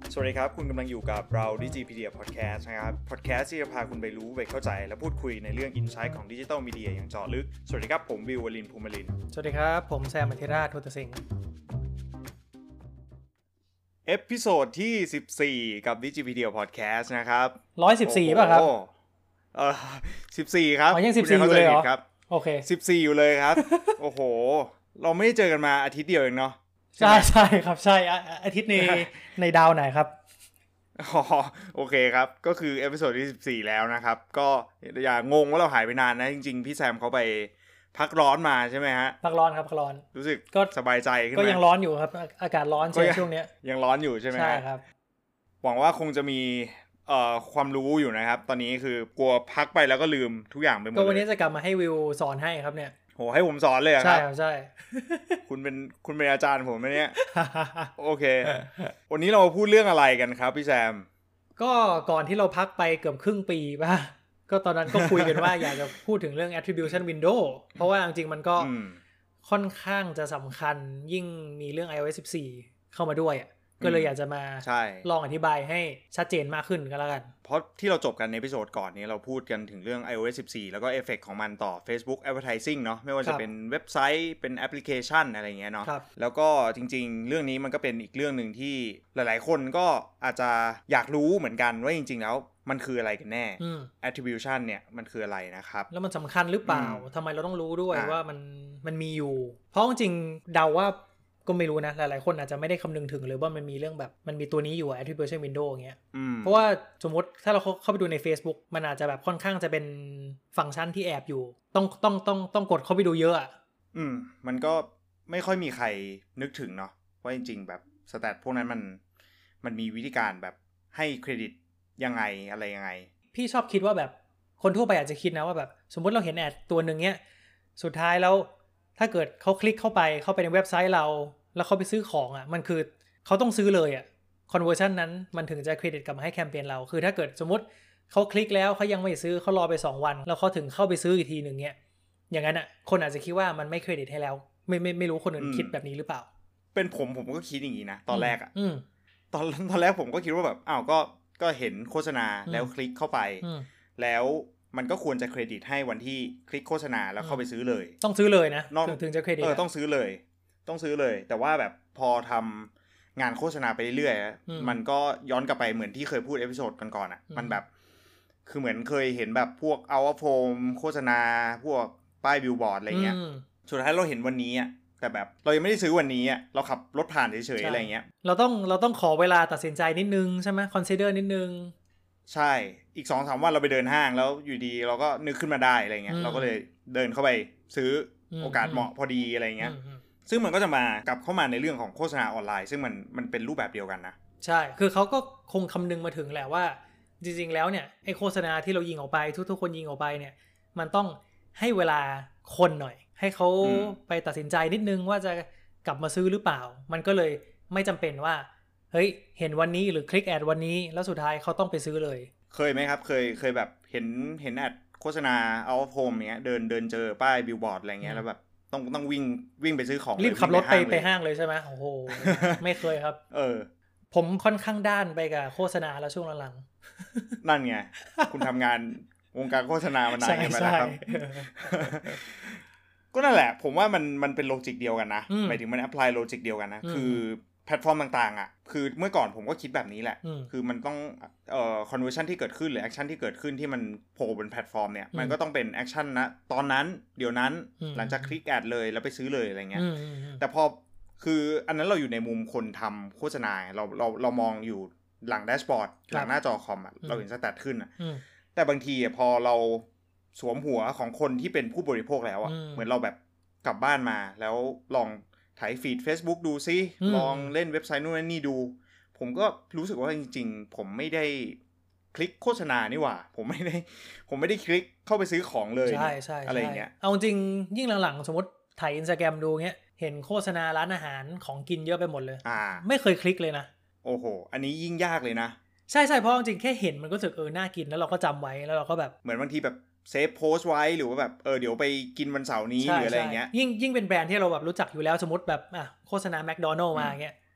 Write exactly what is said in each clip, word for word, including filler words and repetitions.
สวัสดีครับคุณกำลังอยู่กับเรา Digipedia Podcast นะครับ Podcast ที่จะพาคุณไปรู้ไปเข้าใจและพูดคุยในเรื่อง Insight ของ Digital Media อย่างเจาะลึกสวัสดีครับผมวิววลินทร์ภูมิลินทร์สวัสดีครับผมแซมอธิราช ทุตสิงห์เอพิโซดที่สิบสี่กับ Digipedia Podcast นะครับหนึ่งร้อยสิบสี่ป่ะครับเออสิบสี่ครับอ๋อยังสิบสี่อยู่เลยเหรอครับโอเคสิบสี่อยู่เลยครับ โอ้โหเราไม่ได้เจอกันมาอาทิตย์เดียวเองเนาะใช่ใช่ครับใช่อาทิตย์ในในดาวไหนครับอ๋อโอเคครับก็คือเอพิโซดที่สิบสี่แล้วนะครับก็อย่างงว่าเราหายไปนานนะจริงๆพี่แซมเขาไปพักร้อนมาใช่ไหมฮะพักร้อนครับพักร้อนรู้สึกก็สบายใจขึ้นไหมก็ยังร้อนอยู่ครับอากาศร้อนใช่ช่วงนี้ยังร้อนอยู่ใช่ไหมใช่ครับหวังว่าคงจะมีเอ่อความรู้อยู่นะครับตอนนี้คือกลัวพักไปแล้วก็ลืมทุกอย่างไปหมดเลยก็วันนี้จะกลับมาให้วิวสอนให้ครับเนี่ยโหให้ผมสอนเลยครับใช่ครับใช่คุณเป็นคุณเป็นอาจารย์ผมไหมเนี่ย โอเควันนี้เราพูดเรื่องอะไรกันครับพี่แซมก็ก่อนที่เราพักไปเกือบครึ่งปีป่ะก็ตอนนั้นก็คุยกันว่าอยากจะพูดถึงเรื่อง attribution window เพราะว่าจริงๆมันก็ค่อนข้างจะสำคัญยิ่งมีเรื่อง iOS สิบสี่เข้ามาด้วยก็เลยอยากจะมาลองอธิบายให้ชัดเจนมากขึ้นก็แล้วกันเพราะที่เราจบกันในเอพิโซดก่อนนี้เราพูดกันถึงเรื่อง iOS สิบสี่แล้วก็เอฟเฟกต์ของมันต่อ Facebook Advertising เนาะไม่ว่าจะเป็นเว็บไซต์เป็นแอปพลิเคชันอะไรเงี้ยเนาะแล้วก็จริงๆเรื่องนี้มันก็เป็นอีกเรื่องนึงที่หลายๆคนก็อาจจะอยากรู้เหมือนกันว่าจริงๆแล้วมันคืออะไรกันแน่ attribution เนี่ยมันคืออะไรนะครับแล้วมันสำคัญหรือเปล่าทำไมเราต้องรู้ด้วยว่ามันมันมีอยู่เพราะจริงๆเดาว่าก็ไม่รู้นะหลายๆคนอาจจะไม่ได้คำนึงถึงเลยว่ามันมีเรื่องแบบมันมีตัวนี้อยู่ attribution window อย่างเงี้ยเพราะว่าสมมติถ้าเราเข้าไปดูใน Facebook มันอาจจะแบบค่อนข้างจะเป็นฟังก์ชันที่แอบอยู่ต้องต้องต้องต้องกดเข้าไปดูเยอะอ่ะอืมมันก็ไม่ค่อยมีใครนึกถึงเนาะว่าจริงๆแบบสแตทพวกนั้นมันมันมีวิธีการแบบให้เครดิตยังไงอะไรยังไงพี่ชอบคิดว่าแบบคนทั่วไปอาจจะคิดนะว่าแบบสมมติเราเห็นแอดตัวนึงเนี้ยสุดท้ายแล้วถ้าเกิดเขาคลิกเข้าไปเข้าไปในเว็บไซต์เราแล้วเขาไปซื้อของอ่ะมันคือเขาต้องซื้อเลยอ่ะ conversion นั้นมันถึงจะเครดิตกลับมาให้แคมเปญเราคือถ้าเกิดสมมติเขาคลิกแล้วเขายังไม่ซื้อเขารอไปสองวันแล้วเขาถึงเข้าไปซื้ออีกทีนึงเนี้ยอย่างนั้นอ่ะคนอาจจะคิดว่ามันไม่เครดิตให้แล้วไม่ไม่ไม่รู้คนอื่นคิดแบบนี้หรือเปล่าเป็นผมผมก็คิดอย่างนี้นะตอนแรกอ่ะตอนตอนแรกผมก็คิดว่าแบบอ้าวก็ก็เห็นโฆษณาแล้วคลิกเข้าไปแล้วมันก็ควรจะเครดิตให้วันที่คลิกโฆษณาแล้วเข้าไปซื้อเลยต้องซื้อเลยนะถึงจะเครดิตเออต้องซื้อเลยต้องซื้อเลยแต่ว่าแบบพอทำงานโฆษณาไปเรื่อยๆมันก็ย้อนกลับไปเหมือนที่เคยพูดเอพิโซดกันก่อนอ่ะมันแบบคือเหมือนเคยเห็นแบบพวกเอาท์โฟมโฆษณาพวกป้ายบิลบอร์ดอะไรเงี้ยสุดท้ายเราเห็นวันนี้อ่ะแต่แบบเรายังไม่ได้ซื้อวันนี้อ่ะเราขับรถผ่านเฉยๆอะไรเงี้ยเราต้องเราต้องขอเวลาตัดสินใจนิดนึงใช่ไหมคอนซิเดอร์นิดนึงใช่อีก สองสาม วันเราไปเดินห้างแล้วอยู่ดีเราก็นึกขึ้นมาได้อะไรเงี้ยเราก็เลยเดินเข้าไปซื้อโอกาสเหมาะพอดีอะไรเงี้ยซึ่งมันก็จะมากลับเข้ามาในเรื่องของโฆษณาออนไลน์ซึ่งมันมันเป็นรูปแบบเดียวกันนะใช่คือเขาก็คงคำนึงมาถึงแหละว่าจริงๆแล้วเนี่ยไอ้โฆษณาที่เรายิงออกไปทุกๆคนยิงออกไปเนี่ยมันต้องให้เวลาคนหน่อยให้เขาไปตัดสินใจนิดนึงว่าจะกลับมาซื้อหรือเปล่ามันก็เลยไม่จำเป็นว่าเฮ้ยเห็นวันนี้หรือคลิกแอดวันนี้แล้วสุดท้ายเขาต้องไปซื้อเลยเคยไหมครับเคยเคยแบบเห็นเห็นแอดโฆษณาเอาท์โฮมเงี้ยเดินเดินเจอป้ายบิลบอร์ดอะไรเงี้ยแล้วแบบต้องต้องวิ่งวิ่งไปซื้อของรีบขับรถไปไปห้างเลยใช่ไหมโอ้โห ไม่เคยครับเออผมค่อนข้างด้านไปกับโฆษณาแล้วช่วงหลังๆนั่นไงคุณทำงานวงการโฆษณามานานไปแล้วครับก็นั่นแหละผมว่ามันมันเป็นโลจิกเดียวกันนะหมายถึงมันแอพพลายโลจิกเดียวกันนะคือแพลตฟอร์มต่างๆอ่ะคือเมื่อก่อนผมก็คิดแบบนี้แหละคือมันต้องเอ่อ conversion ที่เกิดขึ้นหรือ action ที่เกิดขึ้นที่มันโผล่บนแพลตฟอร์มเนี่ยมันก็ต้องเป็น action นะตอนนั้นเดี๋ยวนั้นหลังจากคลิกแอดเลยแล้วไปซื้อเลยอะไรเงี้ยแต่พอคืออันนั้นเราอยู่ในมุมคนทำโฆษณาเราเราเรามองอยู่หลังแดชบอร์ดหลังหน้าจอคอมอ่ะเราเห็นสแตทขึ้นอ่ะแต่บางทีพอเราสวมหัวของคนที่เป็นผู้บริโภคแล้วอ่ะเหมือนเราแบบกลับบ้านมาแล้วลองถ่ายฟีด Facebook ดูซิลองเล่นเว็บไซต์นู่นนี่ดูผมก็รู้สึกว่าจริงๆผมไม่ได้คลิกโฆษณานี่หว่าผมไม่ได้ผมไม่ได้คลิกเข้าไปซื้อของเลยใช่ใช่อะไรอย่างเงี้ยเอาจริงยิ่งหลังๆสมมติถ่าย Instagram ดูเงี้ยเห็นโฆษณาร้านอาหารของกินเยอะไปหมดเลยอ่าไม่เคยคลิกเลยนะโอ้โหอันนี้ยิ่งยากเลยนะใช่ใช่เพราะจริงแค่เห็นมันก็รู้สึกเออน่ากินแล้วเราก็จำไว้แล้วเราก็แบบเหมือนบางทีแบบเซฟโพสต์ไว้หรือว่าแบบเออเดี๋ยวไปกินวันเสาร์นี้หรืออะไรอย่างเงี้ยยิ่งยิ่งเป็นแบรนด์ที่เราแบบรู้จักอยู่แล้วสมมติแบบอ่ะโฆษณาแมคโดนัลด์มาอย่างเงี้ย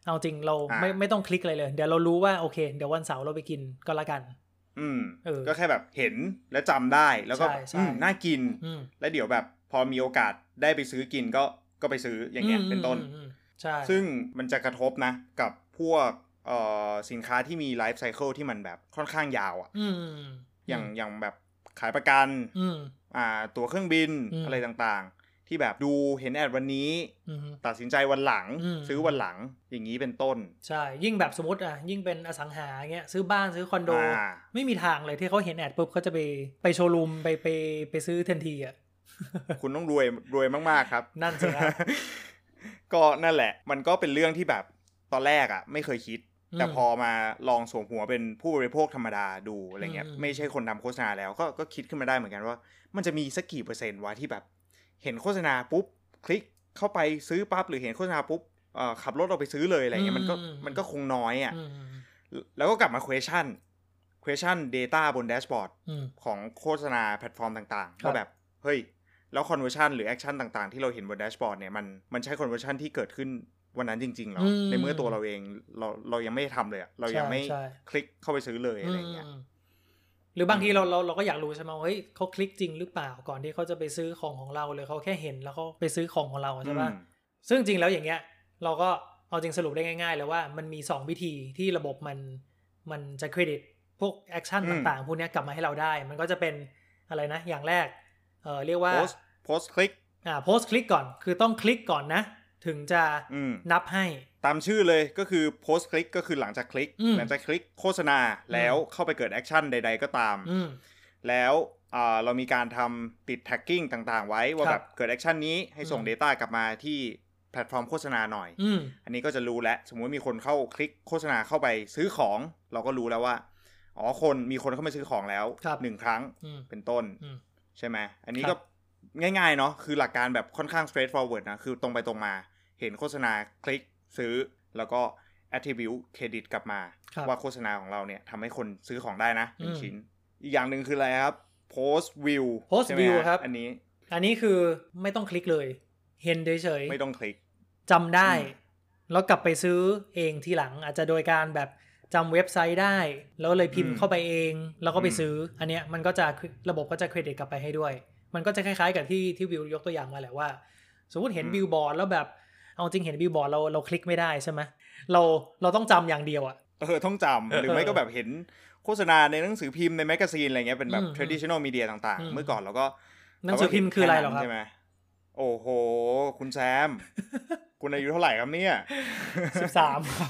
เอาจริงเราไม่ไม่ต้องคลิกอะไรเลยเดี๋ยวเรารู้ว่าโอเคเดี๋ยววันเสาร์เราไปกินก็แล้วกันอืมก็แค่แบบเห็นแล้วจำได้แล้วก็อืมน่ากินแล้วเดี๋ยวแบบพอมีโอกาสได้ไปซื้อกินก็ก็ไปซื้ออย่างเงี้ยเป็นต้นใช่ซึ่งมันจะกระทบนะกับพวกเอ่อสินค้าที่มีไลฟ์ไซเคิลที่มันแบบค่อนข้างยาวอ่ะอย่างอย่างแบบขายประกันอ่าตั๋วเครื่องบินอะไรต่างๆที่แบบดูเห็นแอดวันนี้ตัดสินใจวันหลังซื้อวันหลังอย่างนี้เป็นต้นใช่ยิ่งแบบสมมติอ่ะยิ่งเป็นอสังหาเงี้ยซื้อบ้านซื้อคอนโดไม่มีทางเลยที่เขาเห็นแอดปุ๊บเขาจะไปไปโชว์รูมไปไปไปซื้อทันทีอ่ะคุณต้องรวยรวยมากๆครับนั่นสิครับก็นั่นแหละมันก็เป็นเรื่องที่แบบตอนแรกอ่ะไม่เคยคิดแต่พอมาลองสวมหัวเป็นผู้บริโภคธรรมดาดูอะไรเงี้ยไม่ใช่คนทำโฆษณาแล้วก็ก็คิดขึ้นมาได้เหมือนกันว่ามันจะมีสักกี่เปอร์เซ็นต์วะที่แบบเห็นโฆษณาปุ๊บคลิกเข้าไปซื้อปั๊บหรือเห็นโฆษณาปุ๊บเอ่อขับรถออกไปซื้อเลยอะไรเงี้ยมันก็มันก็คงน้อยอ่ะแล้วก็กลับมา question question data บนแดชบอร์ดของโฆษณาแพลตฟอร์มต่างๆว่าแบบเฮ้ยแล้ว conversion หรือ action ต่างๆที่เราเห็นบนแดชบอร์ดเนี่ยมันมันใช่ conversion ที่เกิดขึ้นวันนั้นจริงๆหรอในเมื่อตัวเราเองเราเรายังไม่ทำเลยอะเรายังไม่คลิกเข้าไปซื้อเลยอะไรเงี้ยหรือบางทีเราเราเราก็อยากรู้ใช่ไหมว่าเฮ้ยเขาคลิกจริงหรือเปล่าก่อนที่เขาจะไปซื้อของของเราเลยเขาแค่เห็นแล้วเขาไปซื้อของของเราใช่ป่ะซึ่งจริงแล้วอย่างเงี้ยเราก็เอาจริงสรุปได้ง่ายๆเลยว่ามันมีสองวิธีที่ระบบมันมันจะเครดิตพวกแอคชั่นต่างๆพวกนี้กลับมาให้เราได้มันก็จะเป็นอะไรนะอย่างแรกเออเรียกว่า post post click อ่า post click ก่อนคือต้องคลิกก่อนนะถึงจะนับให้ตามชื่อเลยก็คือ post click ก็คือหลังจากคลิกหลังจากคลิกโฆษณาแล้วเข้าไปเกิดแอคชั่นใดๆก็ตามแล้วเรามีการทำติด tagging ต่างๆไว้ว่าแบบเกิดแอคชั่นนี้ให้ส่ง data กลับมาที่แพลตฟอร์มโฆษณาหน่อยอันนี้ก็จะรู้แล้วสมมุติมีคนเข้าคลิกโฆษณาเข้าไปซื้อของเราก็รู้แล้วว่าอ๋อคนมีคนเข้ามาซื้อของแล้วหนึ่งครั้งเป็นต้นใช่ไหมอันนี้ก็ง่ายๆเนาะคือหลักการแบบค่อนข้าง straight forward นะคือตรงไปตรงมาเห็นโฆษณาคลิกซื้อแล้วก็ attribute credit กลับมาว่าโฆษณาของเราเนี่ยทำให้คนซื้อของได้นะหนึ่งชิ้นอีกอย่างหนึ่งคืออะไรครับ post view post view ครับอันนี้อันนี้คือไม่ต้องคลิกเลยเห็นเฉยๆไม่ต้องคลิกจำได้แล้วกลับไปซื้อเองทีหลังอาจจะโดยการแบบจำเว็บไซต์ได้แล้วเลยพิมพ์เข้าไปเองแล้วก็ไปซื้ออันเนี้ยมันก็จะระบบก็จะเครดิตกลับไปให้ด้วยมันก็จะคล้ายๆกับที่ที่วิวยกตัวอย่างมาแหละว่าสมมติเห็นบิลบอร์ดแล้วแบบเอาจริงเห็นบิลบอร์ดเราเราคลิกไม่ได้ใช่ไหมเราเราต้องจำอย่างเดียวอ่ะเออต้องจำหรือไม่ก็แบบเห็นโฆษณาในหนังสือพิมพ์ในแมกกาซีนอะไรเงี้ยเป็นแบบ traditional media ต่างๆเมื่อก่อนเราก็หนังสือพิมพ์คืออะไรหรอครับใช่ไหมโอ้โหคุณแซมคุณอายุเท่าไหร่ครับเนี่ยสิบสามครับ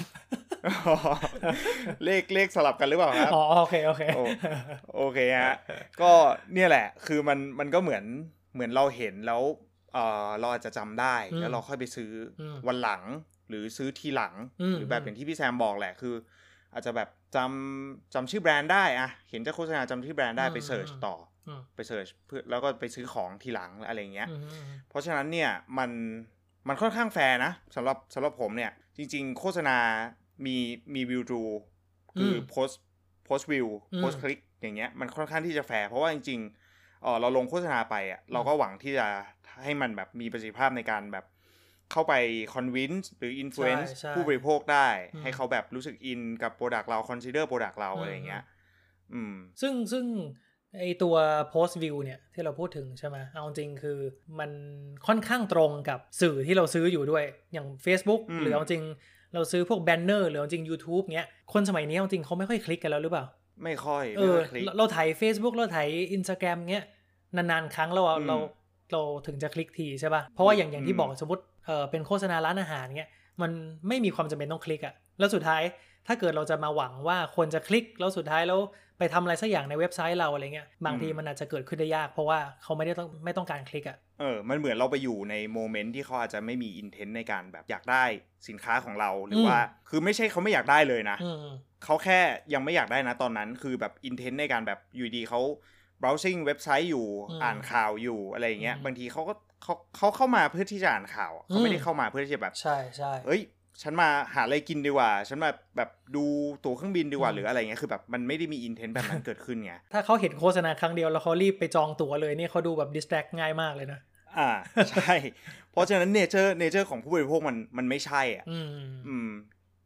เลขเลขสลับกันหรือเปล่าครับอ๋อโอเคโอเคโอเคฮะก็เนี่ยแหละคือมันมันก็เหมือนเหมือนเราเห็นแล้วเออเราอาจจะจำได้แล้วเราค่อยไปซื้อวันหลังหรือซื้อทีหลังหรือแบบอย่างที่พี่แซมบอกแหละคืออาจจะแบบจำจำชื่อแบรนด์ได้อะเห็นเจ้าโฆษณาจำชื่อแบรนด์ได้ไปเสิร์ชต่อไปเสิร์ชเพื่อแล้วก็ไปซื้อของทีหลังอะไรเงี้ยเพราะฉะนั้นเนี่ยมันมันค่อนข้างแฟร์นะสำหรับสำหรับผมเนี่ยจริงๆโฆษณามีมีวิวดูคือ post post view post click อย่างเงี้ยมันค่อนข้างที่จะแฟร์เพราะว่าจริงๆเออเราลงโฆษณาไปอ่ะเราก็หวังที่จะให้มันแบบมีประสิทธิภาพในการแบบเข้าไป convince หรือ influence ผู้บริโภคได้ให้เขาแบบรู้สึกอินกับ product เรา consider product เราอะไรเงี้ยอืมซึ่งซึ่งไอตัว post view เนี่ยที่เราพูดถึงใช่ไหมเอาจริงคือมันค่อนข้างตรงกับสื่อที่เราซื้ออยู่ด้วยอย่าง Facebook หรือเอาจริงเราซื้อพวกแบนเนอร์หรือเอาจริง YouTube เงี้ยคนสมัยนี้เอาจริงเขาไม่ค่อยคลิกกันแล้วหรือเปล่าไม่ค่อยเออเราถ่าย Facebook เราถ่าย Instagram เงี้ยนานๆครั้งเราเราเราถึงจะคลิกทีใช่ป่ะเพราะว่าอย่างอย่างที่บอกสมมติเออเป็นโฆษณาร้านอาหารเงี้ยมันไม่มีความจำเป็นต้องคลิกอะแล้วสุดท้ายถ้าเกิดเราจะมาหวังว่าคนจะคลิกแล้วสุดท้ายแล้วไปทำอะไรสักอย่างในเว็บไซต์เราอะไรเงี้ยบางทีมันอาจจะเกิดขึ้นได้ยากเพราะว่าเขาไม่ได้ต้องไม่ต้องการคลิกอ่ะเออมันเหมือนเราไปอยู่ในโมเมนต์ที่เขาอาจจะไม่มีอินเทนต์ในการแบบอยากได้สินค้าของเราหรือว่าคือไม่ใช่เขาไม่อยากได้เลยนะเขาแค่ยังไม่อยากได้นะตอนนั้นคือแบบอินเทนต์ในการแบบอยู่ดีเขา browsing เว็บไซต์อยู่อ่านข่าวอยู่อะไรอย่างเงี้ยบางทีเขาก็เขาเขาเข้ามาเพื่อที่จะอ่านข่าวเขาไม่ได้เข้ามาเพื่อที่จะแบบใช่ใช่เฮ้ยฉันมาหาอะไรกินดีกว่าฉันมาแบบดูตั๋วเครื่องบินดีกว่าหรืออะไรเงี้ยคือแบบมันไม่ได้มีอินเทนต์แบบนั้นเกิดขึ้นไงถ้าเขาเห็นโฆษณาครั้งเดียวแล้วเขารีบไปจองตั๋วเลยนี่เขาดูแบบ distract ง่ายมากเลยนะอ่าใช่เพราะฉะนั้นเนเจอร์เนเจอร์ของผู้บริโภคมันมันไม่ใช่อ่ะอืมอืม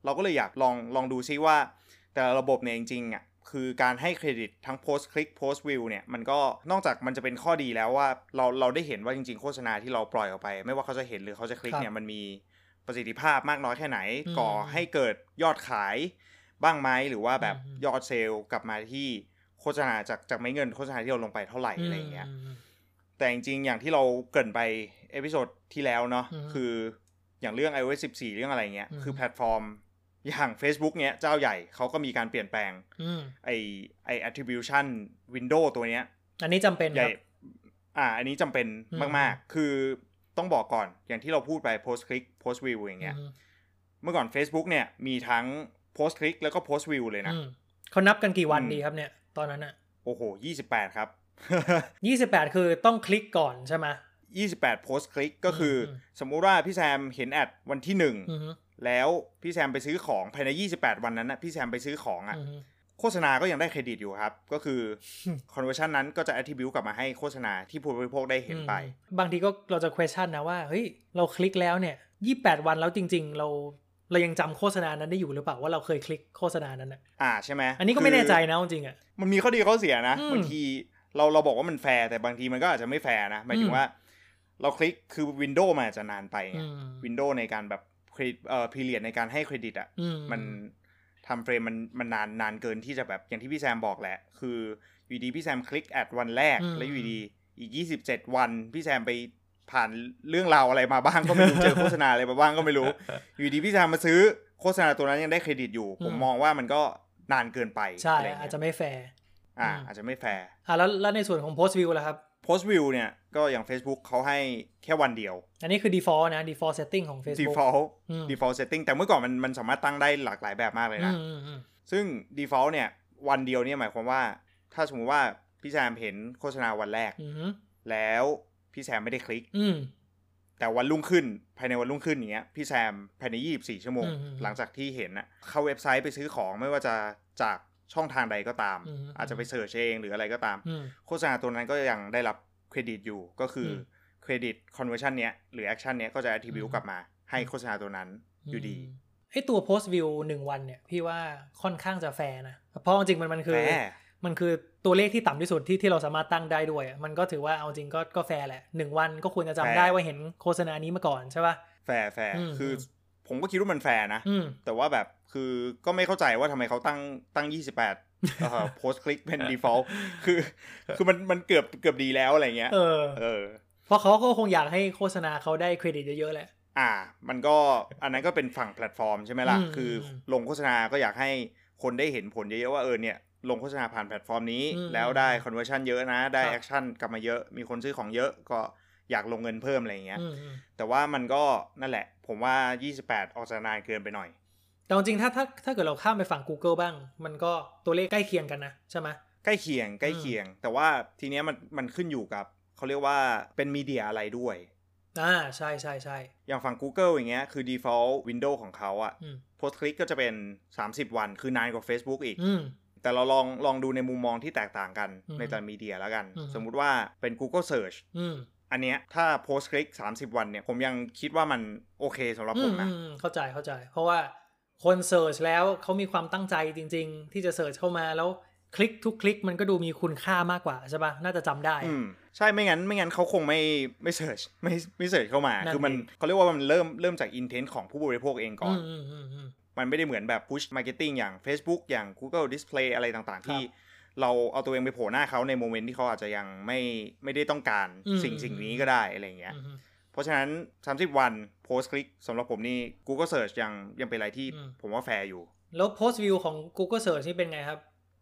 เราก็เลยอยากลองลองดูซิว่าแต่ละระบบเนี่ยจริงๆอ่ะคือการให้เครดิตทั้ง post click post view เนี่ยมันก็นอกจากมันจะเป็นข้อดีแล้วว่าเราเราได้เห็นว่าจริงๆโฆษณาที่เราปล่อยออกไปไม่ว่าเขาจะเห็นหรือเขาจะคลิกเนี่ยมันมีประสิทธิภาพมากน้อยแค่ไหนก่อให้เกิดยอดขายบ้างไหมหรือว่าแบบยอดเซลล์กลับมาที่โฆษณาจากจากไม่เงินโฆษณาที่เราลงไปเท่าไหร่อะไรอย่างเงี้ยแต่จริงๆอย่างที่เราเกริ่นไปเอพิโซดที่แล้วเนาะคืออย่างเรื่อง ไอ โอ เอส สิบสี่เรื่องอะไรเงี้ยคือแพลตฟอร์มอย่าง Facebook เนี้ยเจ้าใหญ่เขาก็มีการเปลี่ยนแปลงไอไอ attribution window ตัวเนี้ยอันนี้จำเป็นครับอ่าอันนี้จำเป็นมากๆคือต้องบอกก่อนอย่างที่เราพูดไป post click post view อย่างเงี้ยเมื่อก่อน Facebook เนี่ยมีทั้ง post click แล้วก็ post view เลยนะเขานับกันกี่วันดีครับเนี่ยตอนนั้นอะโอ้โหยี่สิบแปดครับยี่สิบแปดคือต้องคลิกก่อนใช่ไหมยี่สิบแปด post click ก็คือสมมุติว่าพี่แซมเห็นแอดวันที่หนึ่งแล้วพี่แซมไปซื้อของภายในยี่สิบแปดวันนั้นนะพี่แซมไปซื้อของอ่ะโฆษณาก็ยังได้เครดิตอยู่ครับก็คือ conversion นั้นก็จะ attribute กลับมาให้โฆษณาที่ผู้บริโภคได้เห็นไปบางทีก็เราจะ question นะว่าเฮ้ยเราคลิกแล้วเนี่ยยี่สิบแปดวันแล้วจริงๆเราเรายังจำโฆษณานั้นได้อยู่หรือเปล่าว่าเราเคยคลิกโฆษณานั้นอ่ะอ่าใช่ไหมอันนี้ก็ไม่แน่ใจนะจริงอ่ะมันมีข้อดีข้อเสียนะบางทีเราเราบอกว่ามันแฟร์แต่บางทีมันก็อาจจะไม่แฟร์นะหมายถึงว่าเราคลิกคือวินโดว์มันอาจจะนานไปไงวินโดว์ในการแบบเครดิตเอ่อพีเรียดในการให้เครดิตอ่ะมันทำเฟรมมันมันนานนานเกินที่จะแบบอย่างที่พี่แซมบอกแหละคืออยู่ดีพี่แซมคลิกแอดวันแรกแล้วอยู่ดีอีกยี่สิบเจ็ดวันพี่แซมไปผ่านเรื่องราวอะไรมาบ้างก็ไม่รู้เจอโฆษณาอะไรมาบ้างก็ไม่รู้อยู่ดีพี่แซมมาซื้อโฆษณาตัวนั้นยังได้เครดิตอยู่ผมมองว่ามันก็นานเกินไปใช่อาจจะไม่แฟร์อ่าอาจจะไม่แฟร์อ่าแล้วแล้วในส่วนของ post view ล่ะครับ post view เนี่ยก็อย่าง Facebook เขาให้แค่วันเดียวอันนี้คือ default นะ default setting ของ Facebook default default setting แต่เมื่อก่อนมันมันสามารถตั้งได้หลากหลายแบบมากเลยนะซึ่ง default เนี่ยวันเดียวเนี่ยหมายความว่าถ้าสมมติว่าพี่แซมเห็นโฆษณาวันแรกแล้วพี่แซมไม่ได้คลิกแต่วันรุ่งขึ้นภายในวันรุ่งขึ้นอย่างเงี้ยพี่แซมภายในยี่สิบสี่ชั่วโมงหลังจากที่เห็นน่ะเข้าเว็บไซต์ไปซื้อของไม่ว่าจะจากช่องทางใดก็ตามอาจจะไปเสิร์ชเองหรืออะไรก็ตามโฆษณาตัวนั้นก็ยังได้รับเครดิตอยู่ก็คือเครดิตคอนเวอร์ชันเนี้ยหรือแอคชั่นเนี้ยก็จะ attribute กลับมาให้โฆษณาตัวนั้นอยู่ดีไอ้ตัว post view หนึ่งวันเนี่ยพี่ว่าค่อนข้างจะแฟร์นะเพราะจริงๆมันมันคือมันคือตัวเลขที่ต่ำที่สุดที่ที่เราสามารถตั้งได้ด้วยมันก็ถือว่าเอาจริงก็ก็แฟร์แหละหนึ่งวันก็ควรจะจำได้ว่าเห็นโฆษณานี้มาก่อนใช่ป่ะแฟร์แฟร์คือผมก็คิดว่ามันแฟร์นะแต่ว่าแบบคือก็ไม่เข้าใจว่าทำไมเขาตั้งตั้งยี่สิบแปดเอ่อ post click เป็น default คือคือมันมันเกือบเกือบดีแล้วอะไรเงี้ยเออเออเพราะเขาก็คงอยากให้โฆษณาเขาได้เครดิตเยอะๆแหละอ่ามันก็อันนั้นก็เป็นฝั่งแพลตฟอร์มใช่ไหมล่ะคือลงโฆษณาก็อยากให้คนได้เห็นผลเยอะๆว่าเออเนี่ยลงโฆษณาผ่านแพลตฟอร์มนี้แล้วได้ conversion เยอะนะได้ action กลับมาเยอะมีคนซื้อของเยอะก็อยากลงเงินเพิ่มอะไรอย่างเงี้ยแต่ว่ามันก็นั่นแหละผมว่ายี่สิบแปดออกจะนานเกินไปหน่อยแต่จริงๆถ้าถ้าถ้าเกิดเราข้ามไปฝั่ง Google บ้างมันก็ตัวเลขใกล้เคียงกันนะใช่ไหมใกล้เคียงใกล้เคียงแต่ว่าทีเนี้ยมันมันขึ้นอยู่กับเขาเรียกว่าเป็นมีเดียอะไรด้วยอ่าใช่ใช่ใช่อย่างฝั่ง Google อย่างเงี้ยคือ default window ของเขาอะ post click ก็จะเป็นสามสิบวันคือนานกว่า Facebook อีกแต่เราลองลองดูในมุมมองที่แตกต่างกันในแต่ละมีเดียแล้วกันสมมุติว่าเป็น Google Search อันเนี้ยถ้า post click สามสิบวันเนี่ยผมยังคิดว่ามันโอเคสำหรับผมนะเข้าใจเข้าใจเพราะว่าคนเสิร์ชแล้วเขามีความตั้งใจจริงๆที่จะเสิร์ชเข้ามาแล้วคลิกทุกคลิกมันก็ดูมีคุณค่ามากกว่าใช่ป่ะน่าจะจำได้อืมใช่ไม่งั้นไม่งั้นเขาคงไม่ไม่เสิร์ชไม่ไม่เสิร์ชเข้ามาคือมันเขาเรียกว่ามันเริ่มเริ่มจาก intent ของผู้บริโภคเองก่อนมันไม่ได้เหมือนแบบ push marketing อย่าง Facebook อย่าง Google Display อะไรต่างๆที่เราเอาตัวเองไปโผล่หน้าเขาในโมเมนต์ที่เขาอาจจะยังไม่ไม่ได้ต้องการสิ่งสิ่งนี้ก็ได้อะไรเงี้ยเพราะฉะนั้นสามสิบวัน post click สำหรับผมนี่ Google Search ยังยังเป็นอะไรที่ผมว่าแฟร์อยู่แล้ว post view ของ Google Search นี่เป็นไงครับ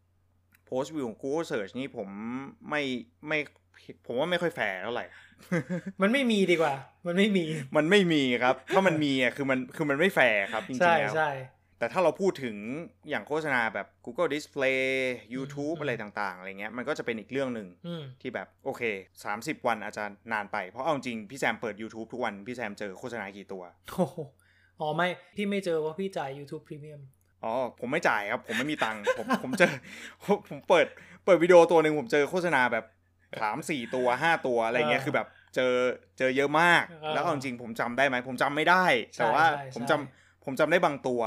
post view ของ Google Search นี่ผมไม่ไม่ผมว่าไม่ค่อยแฟร์เท่าไหร่มันไม่มีดีกว่ามันไม่มีมันไม่มีครับถ้ามันมีอ่ะคือมันคือมันไม่แฟร์ครับจริงๆแล้วใช่ๆแต่ถ้าเราพูดถึงอย่างโฆษณาแบบ Google Display YouTube อะไรต่างๆอะไรเงี้ยมันก็จะเป็นอีกเรื่องนึงที่แบบโอเคสามสิบวันอาจจะนานไปเพราะเอาจริงพี่แซมเปิด YouTube ทุกวันพี่แซมเจอโฆษณากี่ตัวโอ้อ๋อไม่พี่ไม่เจอว่าพี่จ่าย YouTube Premium อ๋อผมไม่จ่ายครับผมไม่มีตังค์ผมผมเจอผมเปิดเปิดวิดีโอตัวนึงผมเจอโฆษณาแบบสาม สี่ตัวห้าตัวอะไรเงี้ยคือแบบเจอเจอเยอะมากแล้วเอาจริงผมจำได้ไหมผมจำไม่ได้แต่ว่าผมจำผมจำได้บางตัว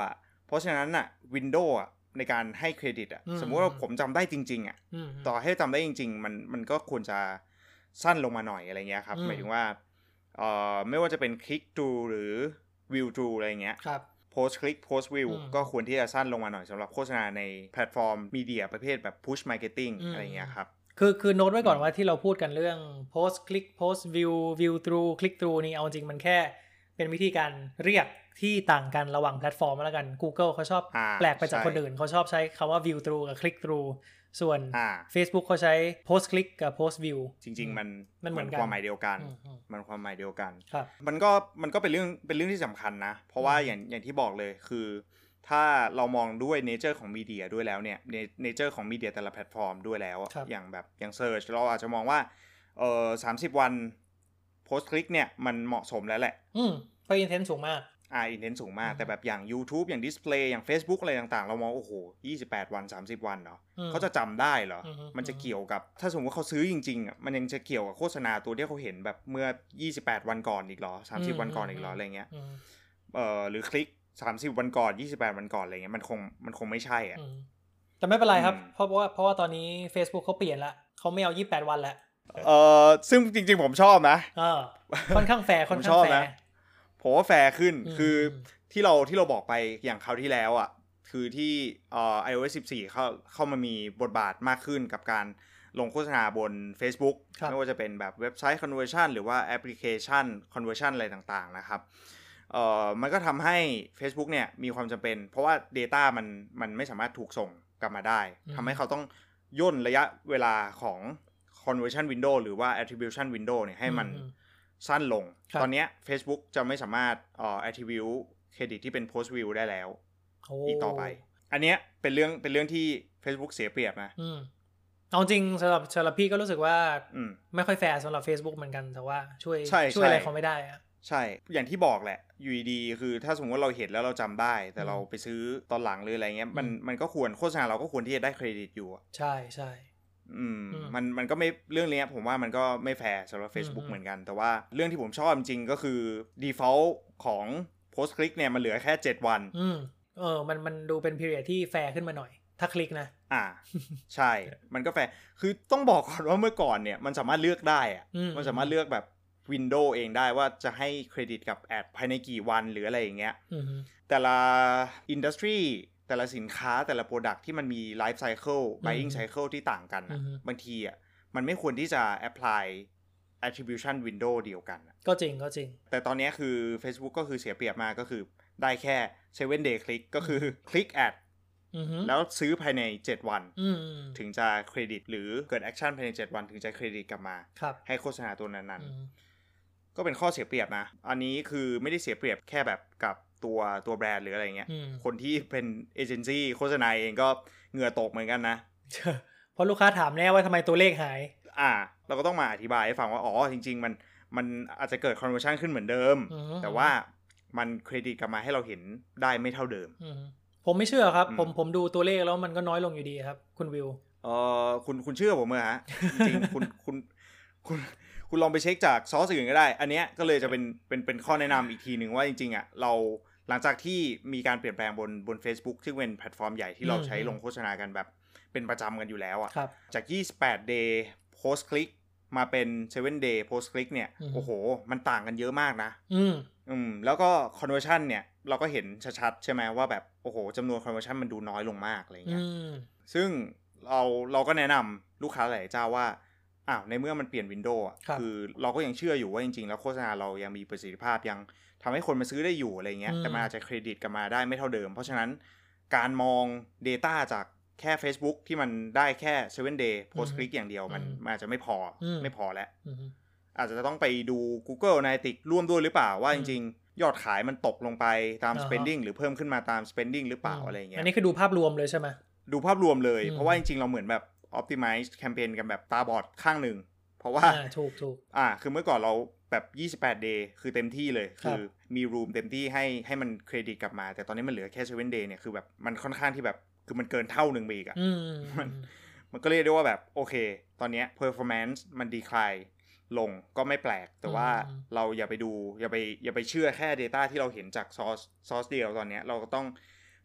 เพราะฉะนั้นอ่ะ Windows อ่ะในการให้เครดิตอ่ะสมมุติว่าผมจำได้จริงๆอ่ะต่อให้จำได้จริงๆมันมันก็ควรจะสั้นลงมาหน่อยอะไรเงี้ยครับหมายถึงว่าเอ่อไม่ว่าจะเป็น click through หรือ view through อะไรเงี้ย post click post view ก็ควรที่จะสั้นลงมาหน่อยสำหรับโฆษณาในแพลตฟอร์มมีเดียประเภทแบบ push marketing อะไรเงี้ยครับคือคือโน้ตไว้ก่อนว่าที่เราพูดกันเรื่อง post click post view view through click through นี่เอาจริงมันแค่เป็นวิธีการเรียกที่ต่างกันระหว่างแพลตฟอร์มแล้วกัน Google เขาชอบแปลกไปจากคนอื่นเขาชอบใช้คำว่า view through กับ click through ส่วน Facebook เขาใช้ post click กับ post view จริงๆมันมันเหมือนความหมายเดียวกันมันความหมายเดียวกันครับมันก็มันก็เป็นเรื่องเป็นเรื่องที่สำคัญนะเพราะว่าอย่างอย่างที่บอกเลยคือถ้าเรามองด้วยเนเจอร์ของมีเดียด้วยแล้วเนี่ยเนเจอร์ของมีเดียแต่ละแพลตฟอร์มด้วยแล้วอย่างแบบอย่างเซิร์ชเราอาจจะมองว่าเอ่อสามสิบวันโพสต์คลิกเนี่ยมันเหมาะสมแล้วแหละอืมเพราะอินเทนต์สูงมากอ่าอินเทนต์สูงมากแต่แบบอย่าง YouTube อย่าง Display อย่าง Facebook อะไรต่างๆเรามองโอ้โหยี่สิบแปดวันสามสิบวันเนาะเขาจะจำได้เหรอมันจะเกี่ยวกับถ้าสมมติว่าเขาซื้อจริงๆอ่ะมันยังจะเกี่ยวกับโฆษณาตัวที่เขาเห็นแบบเมื่อยี่สิบแปดวันก่อนอีกเหรอสามสิบวันก่อนอีกเหรออะไรเงี้ยเอ่อหรือคลิกสามสิบวันก่อนยี่สิบแปดวันก่อนอะไรเงี้ยมันคงมันคงไม่ใช่อ่ะแต่ไม่เป็นไรครับเพราะว่าเพราะว่าตอนนี้ Facebook เขาเปลี่ยนละเขาไม่เอายี่สิบแปดวันแล้วเอ่อซึ่งจริงๆผมชอบนะเออค่อนข้างแฟร์ค่อนข้างแฟร์ผมว่าแฟร์ขึ้นคือที่เราที่เราบอกไปอย่างคราวที่แล้วอ่ะคือที่เอ่อ iOS สิบสี่เข้าเข้ามามีบทบาทมากขึ้นกับการลงโฆษณาบน Facebook ไม่ว่าจะเป็นแบบเว็บไซต์ conversion หรือว่าแอปพลิเคชัน conversion อะไรต่างๆนะครับเอ่อมันก็ทำให้ Facebook เนี่ยมีความจำเป็นเพราะว่า data มันมันไม่สามารถถูกส่งกลับมาได้ทำให้เขาต้องย่นระยะเวลาของ conversion window หรือว่า attribution window เนี่ยให้มันสั้นลงตอนนี้ Facebook จะไม่สามารถเอ่อ attribute เครดิตที่เป็น post view ได้แล้วอีกต่อไปอันเนี้ยเป็นเรื่องเป็นเรื่องที่ Facebook เสียเปรียบนะเอาจริงสำหรับสำหรับพี่ก็รู้สึกว่าไม่ค่อยแฟร์สำหรับ Facebook เหมือนกันแต่ว่าช่วยช่วยอะไรเขาไม่ได้อะใช่อย่างที่บอกแหละอยู่ดีคือถ้าสมมติว่าเราเห็นแล้วเราจำได้แต่เราไปซื้อตอนหลังหรืออะไรเงี้ยมันมันก็ควรโฆษณาเราก็ควรที่จะได้เครดิตอยู่ใช่ใช่อืมมันมันก็ไม่เรื่องนี้ผมว่ามันก็ไม่แฟร์สำหรับ Facebook เหมือนกันแต่ว่าเรื่องที่ผมชอบจริงก็คือ default ของ post click เนี่ยมันเหลือแค่เจ็ดวันอืมเออมันมันดูเป็น period ที่แฟร์ขึ้นมาหน่อยถ้าคลิกนะอ่าใช่มันก็แฟร์คือต้องบอกก่อนว่าเมื่อก่อนเนี่ยมันสามารถเลือกได้อะมันสามารถเลือกแบบWindows เองได้ว่าจะให้เครดิตกับแอดภายในกี่วันหรืออะไรอย่างเงี้ยแต่ละอินดัสทรีแต่ละสินค้าแต่ละโปรดักต์ที่มันมีไลฟ์ไซเคิล buying cycle ที่ต่างกันนะบางทีอ่ะมันไม่ควรที่จะ apply attribution window เดียวกันก็จริงก็จริงแต่ตอนนี้คือ Facebook ก็คือเสียเปรียบมากก็คือได้แค่เซเว่น day click ก็คือคลิกแอดแล้วซื้อภายในเจ็ดวันถึงจะเครดิตหรือเกิดแอคชั่นภายในเจ็ดวันถึงจะเครดิตกลับมาให้โฆษณาตัวนั้นๆก็เป็นข้อเสียเปรียบนะอันนี้คือไม่ได้เสียเปรียบแค่แบบกับตัวตัวแบรนด์หรืออะไรเงี้ยคนที่เป็นเอเจนซี่โฆษณาเองก็เหงื่อตกเหมือนกันนะเพราะลูกค้าถามแน่ว่าทำไมตัวเลขหายอ่าเราก็ต้องมาอธิบายให้ฟังว่าอ๋อจริงๆมันมันอาจจะเกิด conversion ขึ้นเหมือนเดิมแต่ว่ามันเครดิตกลับมาให้เราเห็นได้ไม่เท่าเดิมผมไม่เชื่อครับผมผมดูตัวเลขแล้วมันก็น้อยลงอยู่ดีครับคุณวิวเออคุณคุณเชื่อผมมั้ยฮะจริงๆคุณคุณคุณคุณลองไปเช็คจากซอสอื่นก็ได้อันเนี้ยก็เลยจะเป็นเป็นเป็นข้อแนะนำอีกทีนึงว่าจริงๆอ่ะเราหลังจากที่มีการเปลี่ยนแปลงบนบน Facebook ซึ่งเป็นแพลตฟอร์มใหญ่ที่เราใช้ลงโฆษณากันแบบเป็นประจำกันอยู่แล้วอ่ะจากยี่สิบแปด day post click มาเป็นเซเว่น day post click เนี่ยโอ้โหมันต่างกันเยอะมากนะอืมอืมแล้วก็ conversion เนี่ยเราก็เห็นชัดๆใช่ไหมว่าแบบโอ้โหจำนวน conversion มันดูน้อยลงมากอะไรเงี้ยซึ่งเราเราก็แนะนำลูกค้าหลายเจ้าว่าอ้าวในเมื่อมันเปลี่ยนวินโดว์อ่ะคือเราก็ยังเชื่ออยู่ว่าจริงๆแล้วโฆษณาเรายังมีประสิทธิภาพยังทำให้คนมาซื้อได้อยู่อะไรเงี้ยแต่มันอาจจะเครดิตกลับมาได้ไม่เท่าเดิมเพราะฉะนั้นการมอง data จากแค่ Facebook ที่มันได้แค่เซเว่น day post click อย่างเดียวมันมันอาจจะไม่พอไม่พอแล้วอาจจะต้องไปดู Google Analytics ร่วมด้วยหรือเปล่าว่าจริงๆยอดขายมันตกลงไปตาม spending หรือเพิ่มขึ้นมาตาม spending หรือเปล่าอะไรเงี้ยอันนี้คือดูภาพรวมเลยใช่ไหมดูภาพรวมเลยเพราะว่าจริงๆเราเหมือนแบบ optimize campaign กันแบบตาบอดข้างหนึ่งเพราะว่าถูกถูกอ่าคือเมื่อก่อนเราแบบยี่สิบแปด day คือเต็มที่เลยคือมี room เต็มที่ให้ให้มันเครดิตกลับมาแต่ตอนนี้มันเหลือแค่เซเว่น day เนี่ยคือแบบมันค่อนข้างที่แบบคือมันเกินเท่านึงไปอีกอ่ะมันมันก็เรียกได้ว่าแบบโอเคตอนนี้ performance มัน decline ลงก็ไม่แปลกแต่ว่าเราอย่าไปดูอย่าไปอย่าไปเชื่อแค่ data ที่เราเห็นจาก source source เดียวตอนนี้เราก็ต้อง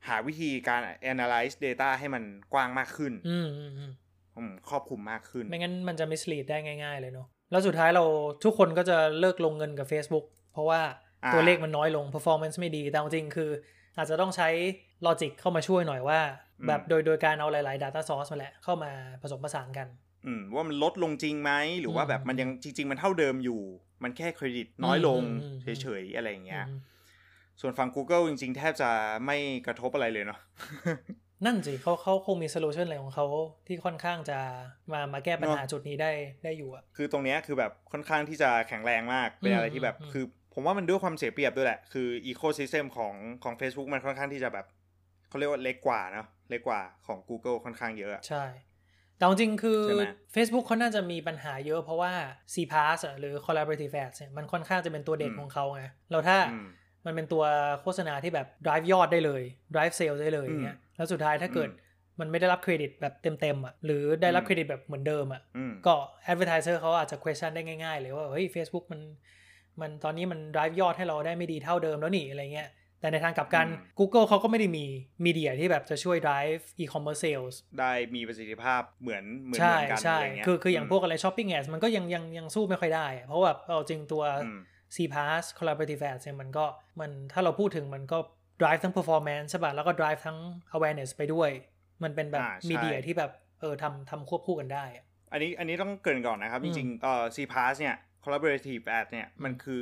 หาวิธีการ analyze data ให้มันกว้างมากขึ้นอืมอืมอืมครอบคลุมมากขึ้นไม่งั้นมันจะ mislead ได้ง่ายๆเลยเนาะแล้วสุดท้ายเราทุกคนก็จะเลิกลงเงินกับ Facebook เพราะว่าตัวเลขมันน้อยลง performance ไม่ดีแต่จริงๆคืออาจจะต้องใช้ logic เข้ามาช่วยหน่อยว่าแบบโดยโดยการเอาหลายๆ data source มาแหละเข้ามาผสมผสานกันอืมว่ามันลดลงจริงไหมหรือว่าแบบมันยังจริงๆมันเท่าเดิมอยู่มันแค่เครดิตน้อยลงเฉยๆอะไรอย่างเงี้ยส่วนฝั่ง Google จริงๆแทบจะไม่กระทบอะไรเลยเนาะนั่นสิเขาเขาคงมีโซลูชันอะไรของเขาที่ค่อนข้างจะมามาแก้ปัญหาจุดนี้ได้ได้อยู่อะคือตรงนี้คือแบบค่อนข้างที่จะแข็งแรงมากเป็นอะไรที่แบบคือผมว่ามันด้วยความเสียเปรียบด้วยแหละคืออีโคซิสเต็มของของ Facebook มันค่อนข้างที่จะแบบเขาเรียกว่าเล็กกว่าเนาะเล็กกว่าของ Google ค่อนข้างเยอะใช่แต่จริงๆคือ Facebook เขาน่าจะมีปัญหาเยอะเพราะว่า ซี พาส อ่ะหรือ Collaborative Ads เนี่ยมันค่อนข้างจะเป็นตัวเด่นของเขาไงแล้วถ้ามันเป็นตัวโฆษณาที่แบบ drive ยอดได้เลย drive sales ได้เลยอย่างเงี้ยแล้วสุดท้ายถ้าเกิดมันไม่ได้รับเครดิตแบบเต็มๆอ่ะหรือได้รับเครดิตแบบเหมือนเดิมอ่ะก็ advertiser เขาอาจจะ question ได้ง่ายๆเลยว่าเฮ้ย Facebook มันมันตอนนี้มัน drive ยอดให้เราได้ไม่ดีเท่าเดิมแล้วนี่อะไรเงี้ยแต่ในทางกลับกัน Google เขาก็ไม่ได้มีมีเดียที่แบบจะช่วย drive e-commerce sales ได้มีประสิทธิภาพเหมือนเหมือนกันอะไรเงี้ยคือคืออย่างพวกอะไร shopping ads มันก็ยังยังยังสู้ไม่ค่อยได้เพราะว่าเอาจริงตัว ซี พาส Collaborative Ads เนี่ยมันก็มันถ้าเราพูดถึงมันก็ drive ทั้ง performance ใช่ป่ะแล้วก็ drive ทั้ง awareness ไปด้วยมันเป็นแบบมีเดียที่แบบเออทำทำควบคู่กันได้อันนี้อันนี้ต้องเกริ่นก่อนนะครับจริงๆเอ่อ ซี พาส เนี่ย Collaborative Ads เนี่ยมันคือ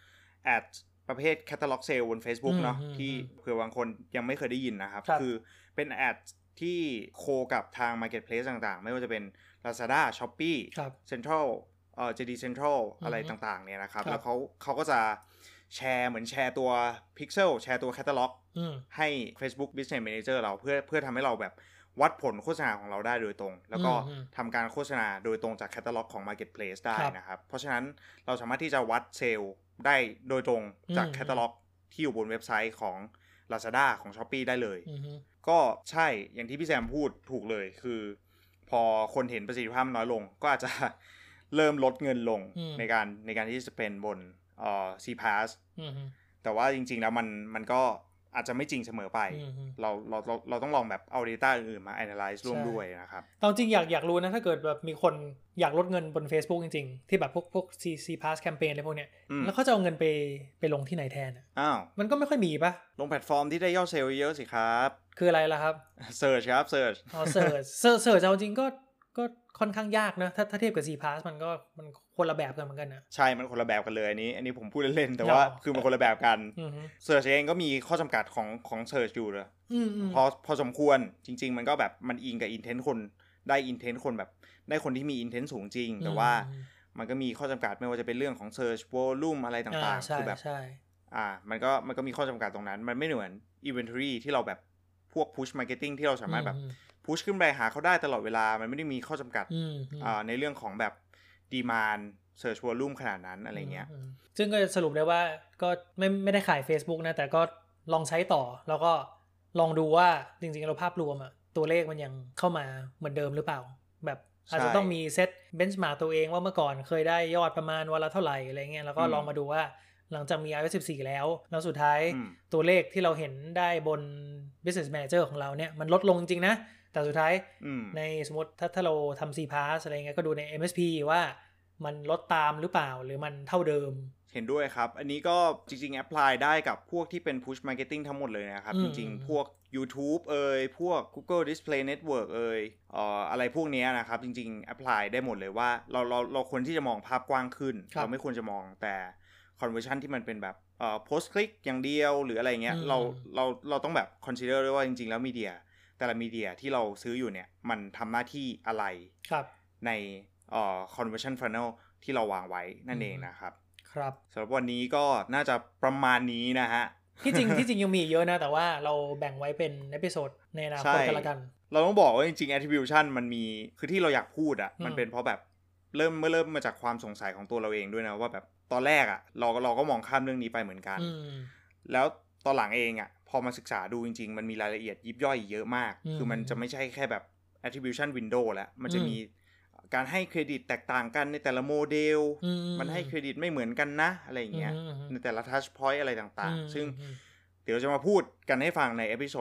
Ads ประเภท Catalog Sale บน Facebook เนาะที่เผื่อบางคนยังไม่เคยได้ยินนะครับคือเป็น Ads ที่โคกับทาง Marketplace ต่างๆไม่ว่าจะเป็น Lazada Shopee Central เอ่อ เจ ดี Central อะไรต่างๆเนี่ยนะครับแล้วเขาเขาก็จะแชร์เหมือนแชร์ตัว Pixel แชร์ตัว Catalog ให้ Facebook Business Manager เราเพื่อเพื่อทำให้เราแบบวัดผลโฆษณาของเราได้โดยตรงแล้วก็ทำการโฆษณาโดยตรงจาก Catalog ของ Marketplace ได้นะครับเพราะฉะนั้นเราสามารถที่จะวัดเซลล์ได้โดยตรงจาก Catalog ที่อยู่บนเว็บไซต์ของ Lazada ของ Shopee ได้เลยก็ใช่อย่างที่พี่แซมพูดถูกเลยคือพอคนเห็นประสิทธิภาพน้อยลงก็อาจจะเริ่มลดเงินลงในการในการที่จะเป็นบนเอ่อ ซี พาส แต่ว่าจริงๆแล้วมันมันก็อาจจะไม่จริงเสมอไปเราเราเราเราต้องลองแบบเอา data อื่นๆมา analyze ร่วมด้วยนะครับตอนจริงอยากอยากรู้นะถ้าเกิดแบบมีคนอยากลดเงินบน Facebook จริงๆที่แบบพวกพวก C C Pass campaign อะไรพวกเนี้ยแล้วเขาจะเอาเงินไปไปลงที่ไหนแทนอ้าวมันก็ไม่ค่อยมีป่ะลงแพลตฟอร์มที่ได้ยอดเซลล์เยอะสิครับคืออะไรล่ะครับ search ครับ search อ๋อ search search เอาจริงก็ก็ค่อนข้างยากนะถ้าถ้าเทียบกับ C Pass มันก็มันคนละแบบกันเหมือนกันนะใช่มันคนละแบบกันเลยอันนี้อันนี้ผมพูดเล่นๆแต่ว่าคือมันคนละแบบกัน Search เองก็มีข้อจำกัดของของ Search อยู่เลยพอพอสมควรจริงๆมันก็แบบมันอิงกับ intent คนได้ intent คนแบบได้คนที่มี intent สูงจริงแต่ว่ามันก็มีข้อจำกัดไม่ว่าจะเป็นเรื่องของ Search Volume อะไรต่างๆคือแบบอ่ามันก็มันก็มีข้อจำกัดตรงนั้นมันไม่เหมือน Inventory ที่เราแบบพวก Push Marketing ที่เราสามารถแบบพุชขึ้นไปหาเขาได้ตลอดเวลามันไม่ได้มีข้อจำกัดอ่าในเรื่องของแบบ demand search volume ขนาดนั้นอะไรเงี้ยซึ่งก็สรุปได้ว่าก็ไม่ไม่ได้ขาย Facebook นะแต่ก็ลองใช้ต่อแล้วก็ลองดูว่าจริงๆเราภาพรวมอะตัวเลขมันยังเข้ามาเหมือนเดิมหรือเปล่าแบบอาจจะต้องมีเซตเบนช์มาร์กตัวเองว่าเมื่อก่อนเคยได้ยอดประมาณวันละเท่าไหร่อะไรเงี้ยแล้วก็ลองมาดูว่าหลังจากมี ไอ โอ เอส สิบสี่แล้วแล้วสุดท้ายตัวเลขที่เราเห็นได้บน Business Manager ของเราเนี่ยมันลดลงจริงๆนะแต่สุดท้ายในสมมติถ้าถ้าเราทำ ซี พาส อะไรเงี้ยก็ดูใน เอ็ม เอส พี ว่ามันลดตามหรือเปล่าหรือมันเท่าเดิมเห็นด้วยครับอันนี้ก็จริงๆ apply ได้กับพวกที่เป็น push marketing ทั้งหมดเลยนะครับจริงๆพวก YouTube เอ่ยพวก Google Display Network เอ่ยเอ่ออะไรพวกนี้นะครับจริงๆ apply ได้หมดเลยว่าเราเราเราควรที่จะมองภาพกว้างขึ้นเราไม่ควรจะมองแต่ conversion ที่มันเป็นแบบเอ่อ post click อย่างเดียวหรืออะไรเงี้ยเราเราเราต้องแบบ consider ด้วยว่าจริงๆแล้วมีเดียแต่ละมีเดียที่เราซื้ออยู่เนี่ยมันทำหน้าที่อะไรในเอ่อ conversion funnel ที่เราวางไว้นั่นเองนะครับครับสำหรับวันนี้ก็น่าจะประมาณนี้นะฮะที่จริงที่จริงยังมีเยอะนะแต่ว่าเราแบ่งไว้เป็นเอพิโซดในอนาคตกันละกันเราต้องบอกว่าจริงๆ attribution มันมีคือที่เราอยากพูดอ่ะมันเป็นเพราะแบบเริ่มเมื่อเริ่มมาจากความสงสัยของตัวเราเองด้วยนะว่าแบบตอนแรกอ่ะเราเราก็มองข้ามเรื่องนี้ไปเหมือนกันแล้วตอนหลังเองอ่ะพอมาศึกษาดูจริงๆมันมีรายละเอียดยิบย่อยเยอะมากคือมันจะไม่ใช่แค่แบบ attribution window แล้วมันจะมีการให้เครดิตแตกต่างกันในแต่ละโมเดลมันให้เครดิตไม่เหมือนกันนะอะไรอย่างเงี้ยในแต่ละ touch point อะไรต่างๆซึ่งเดี๋ยวจะมาพูดกันให้ฟังในเอพิโซด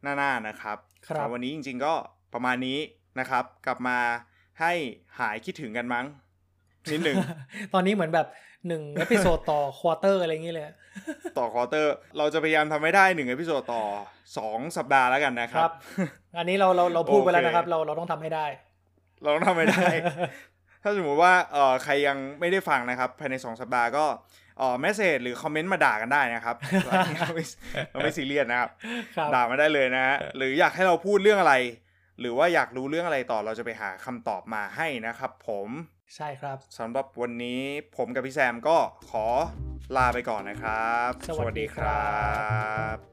หน้าๆนะครับครับวันนี้จริงๆก็ประมาณนี้นะครับกลับมาให้หายคิดถึงกันมั้งนิดหนึ่งตอนนี้เหมือนแบบหนึ่งเอพิโซดต่อควอเตอร์อะไรอย่างเงี้ยเลยต่อควอเตอร์เราจะพยายามทำให้ได้หนึ่งเอพิโซดต่อสองสัปดาห์แล้วกันนะครับอันนี้เราเราเราพูดไปแล้วนะครับเราเราต้องทำให้ได้เราต้องทำให้ได้ ถ้าสมมติว่าเอ่อใครยังไม่ได้ฟังนะครับภายในสองสัปดาห์ก็เอ่อเมสเสจหรือคอมเมนต์มาด่ากันได้นะครับ เราไม่เราไม่ซีเรียสนะครับด่ามาได้เลยนะฮะหรืออยากให้เราพูดเรื่องอะไรหรือว่าอยากรู้เรื่องอะไรต่อเราจะไปหาคำตอบมาให้นะครับผมใช่ครับสำหรับวันนี้ผมกับพี่แซมก็ขอลาไปก่อนนะครับสวัสดีครับ